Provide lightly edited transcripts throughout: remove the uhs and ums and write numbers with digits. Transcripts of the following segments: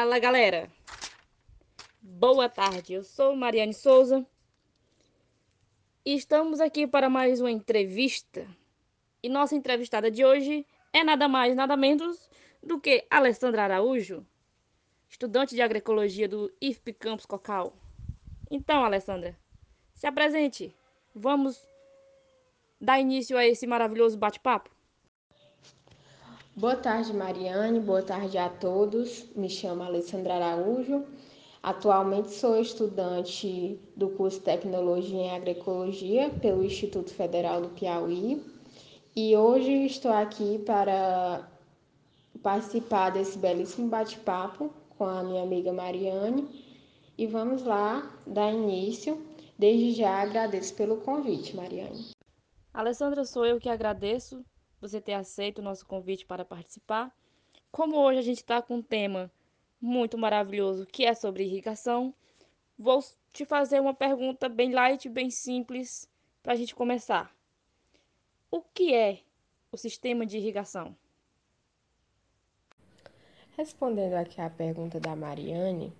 Fala, galera! Boa tarde, eu sou Mariane Souza e estamos aqui para mais uma entrevista. E nossa entrevistada de hoje é nada mais, nada menos do que Alessandra Araújo, estudante de agroecologia do IFP Campus Cocal. Então, Alessandra, se apresente. Vamos dar início a esse maravilhoso bate-papo? Boa tarde, Mariane. Boa tarde a todos. Me chamo Alessandra Araújo. Atualmente sou estudante do curso Tecnologia em Agroecologia pelo Instituto Federal do Piauí e hoje estou aqui para participar desse belíssimo bate-papo com a minha amiga Mariane e vamos lá dar início. Desde já agradeço pelo convite, Mariane. Alessandra, sou eu que agradeço você ter aceito o nosso convite para participar. Como hoje a gente está com um tema muito maravilhoso que é sobre irrigação, vou te fazer uma pergunta bem light, bem simples, para a gente começar. O que é o sistema de irrigação? Respondendo aqui à pergunta da Mariane,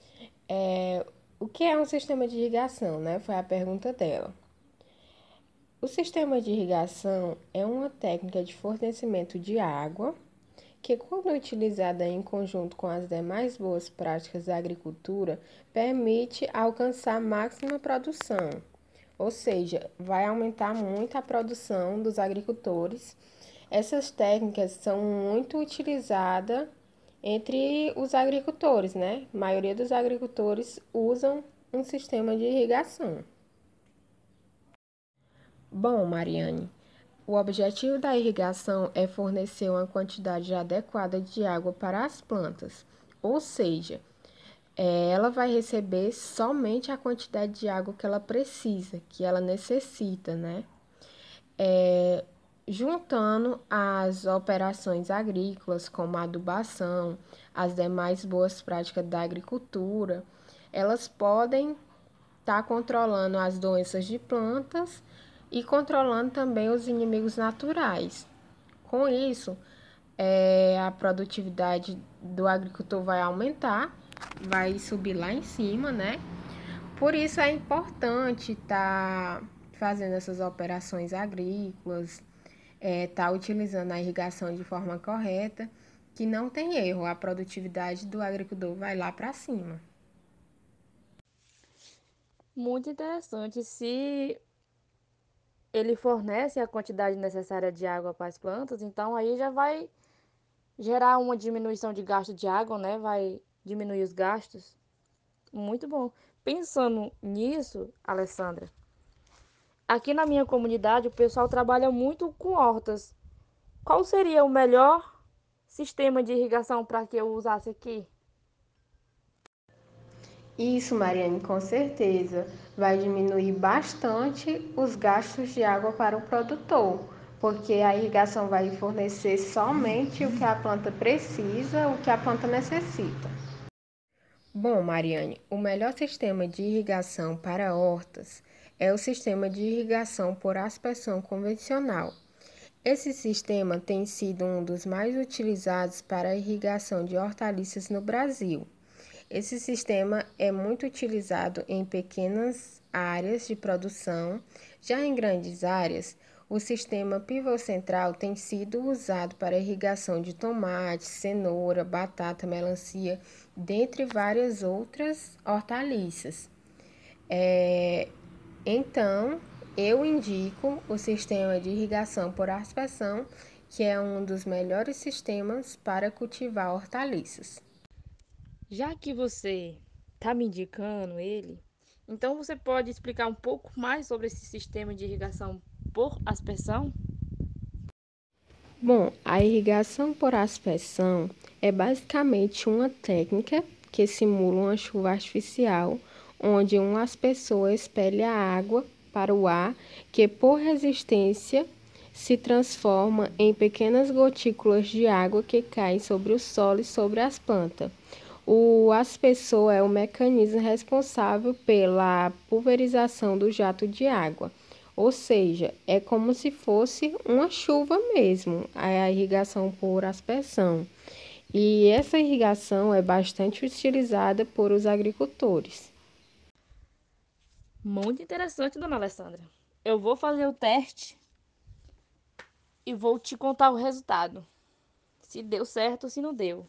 o que é um sistema de irrigação, né? Foi a pergunta dela. O sistema de irrigação é uma técnica de fornecimento de água que, quando utilizada em conjunto com as demais boas práticas da agricultura, permite alcançar máxima produção, ou seja, vai aumentar muito a produção dos agricultores. Essas técnicas são muito utilizadas entre os agricultores, né? A maioria dos agricultores usam um sistema de irrigação. Bom, Mariane, o objetivo da irrigação é fornecer uma quantidade adequada de água para as plantas, ou seja, ela vai receber somente a quantidade de água que ela precisa, que ela necessita, né? Juntando as operações agrícolas, como a adubação, as demais boas práticas da agricultura, elas podem estar controlando as doenças de plantas e controlando também os inimigos naturais. Com isso, a produtividade do agricultor vai aumentar, vai subir lá em cima, né? Por isso é importante estar fazendo essas operações agrícolas, estar utilizando a irrigação de forma correta, que não tem erro, a produtividade do agricultor vai lá para cima. Muito interessante. Se ele fornece a quantidade necessária de água para as plantas, então aí já vai gerar uma diminuição de gasto de água, né? Vai diminuir os gastos. Muito bom. Pensando nisso, Alessandra, aqui na minha comunidade o pessoal trabalha muito com hortas. Qual seria o melhor sistema de irrigação para que eu usasse aqui? Isso, Mariane, com certeza vai diminuir bastante os gastos de água para o produtor, porque a irrigação vai fornecer somente o que a planta precisa, o que a planta necessita. Bom, Mariane, o melhor sistema de irrigação para hortas é o sistema de irrigação por aspersão convencional. Esse sistema tem sido um dos mais utilizados para a irrigação de hortaliças no Brasil. Esse sistema é muito utilizado em pequenas áreas de produção. Já em grandes áreas, o sistema pivô central tem sido usado para irrigação de tomate, cenoura, batata, melancia, dentre várias outras hortaliças. Então, eu indico o sistema de irrigação por aspersão, que é um dos melhores sistemas para cultivar hortaliças. Já que você está me indicando ele, então você pode explicar um pouco mais sobre esse sistema de irrigação por aspersão? Bom, a irrigação por aspersão é basicamente uma técnica que simula uma chuva artificial, onde um aspersor espelha a água para o ar, que por resistência se transforma em pequenas gotículas de água que caem sobre o solo e sobre as plantas. O aspersor é o mecanismo responsável pela pulverização do jato de água. Ou seja, é como se fosse uma chuva mesmo, a irrigação por aspersão. E essa irrigação é bastante utilizada por os agricultores. Muito interessante, dona Alessandra. Eu vou fazer o teste e vou te contar o resultado. Se deu certo ou se não deu.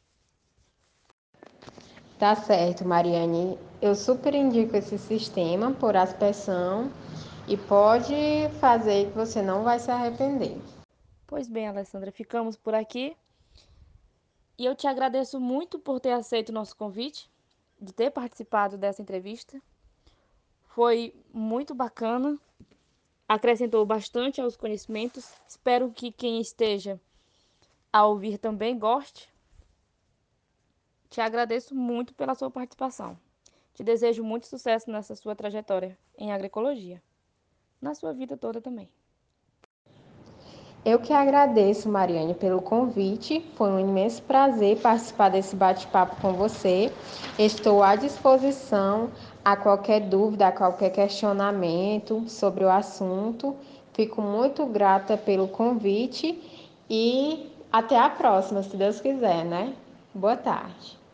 Tá certo, Mariane. Eu super indico esse sistema por aspersão e pode fazer que você não vai se arrepender. Pois bem, Alessandra, ficamos por aqui. E eu te agradeço muito por ter aceito o nosso convite, de ter participado dessa entrevista. Foi muito bacana, acrescentou bastante aos conhecimentos. Espero que quem esteja a ouvir também goste. Te agradeço muito pela sua participação. Te desejo muito sucesso nessa sua trajetória em agroecologia, na sua vida toda também. Eu que agradeço, Mariane, pelo convite. Foi um imenso prazer participar desse bate-papo com você. Estou à disposição a qualquer dúvida, a qualquer questionamento sobre o assunto. Fico muito grata pelo convite e até a próxima, se Deus quiser, né? Boa tarde.